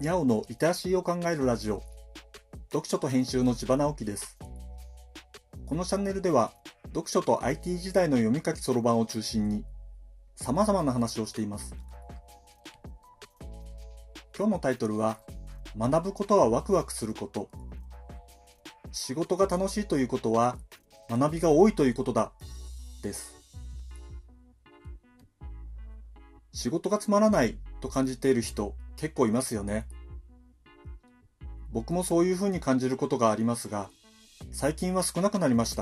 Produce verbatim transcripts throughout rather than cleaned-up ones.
にゃおのリテラシーを考えるラジオ、読書と編集の千葉直樹です。このチャンネルでは、読書と アイティー 時代の読み書きそろばんを中心に、様々な話をしています。今日のタイトルは、学ぶことはワクワクすること。仕事が楽しいということは、学びが多いということだ、です。仕事がつまらないと感じている人、結構いますよね。僕もそういうふうに感じることがありますが、最近は少なくなりました。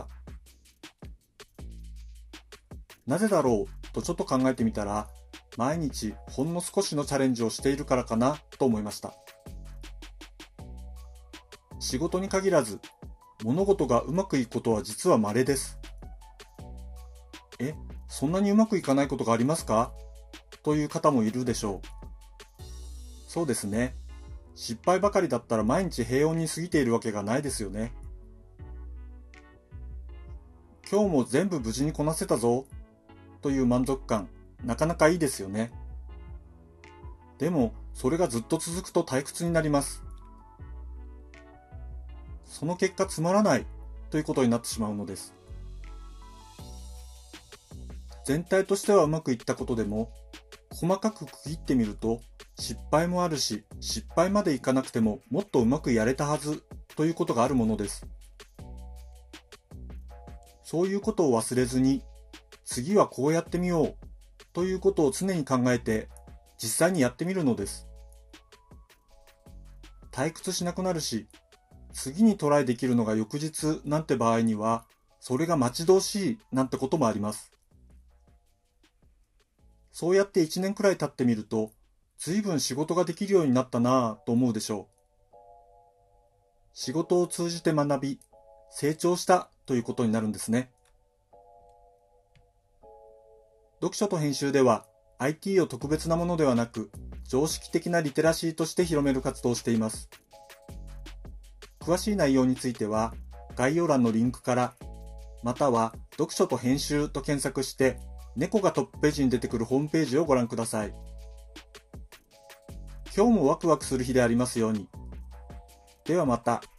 なぜだろうとちょっと考えてみたら、毎日ほんの少しのチャレンジをしているからかなと思いました。仕事に限らず、物事がうまくいくことは実は稀です。え、そんなにうまくいかないことがありますか？という方もいるでしょう。そうですね。失敗ばかりだったら毎日平穏に過ぎているわけがないですよね。今日も全部無事にこなせたぞという満足感、なかなかいいですよね。でも、それがずっと続くと退屈になります。その結果つまらないということになってしまうのです。全体としてはうまくいったことでも、細かく区切ってみると、失敗もあるし、失敗までいかなくてももっとうまくやれたはずということがあるものです。そういうことを忘れずに、次はこうやってみようということを常に考えて、実際にやってみるのです。退屈しなくなるし、次にトライできるのが翌日なんて場合には、それが待ち遠しいなんてこともあります。そうやっていちねんくらい経ってみると、ずいぶん仕事ができるようになったなぁと思うでしょう。仕事を通じて学び、成長したということになるんですね。読書と編集では アイティー を特別なものではなく、常識的なリテラシーとして広める活動をしています。詳しい内容については概要欄のリンクから、または読書と編集と検索して猫がトップページに出てくるホームページをご覧ください。今日もワクワクする日でありますように。ではまた。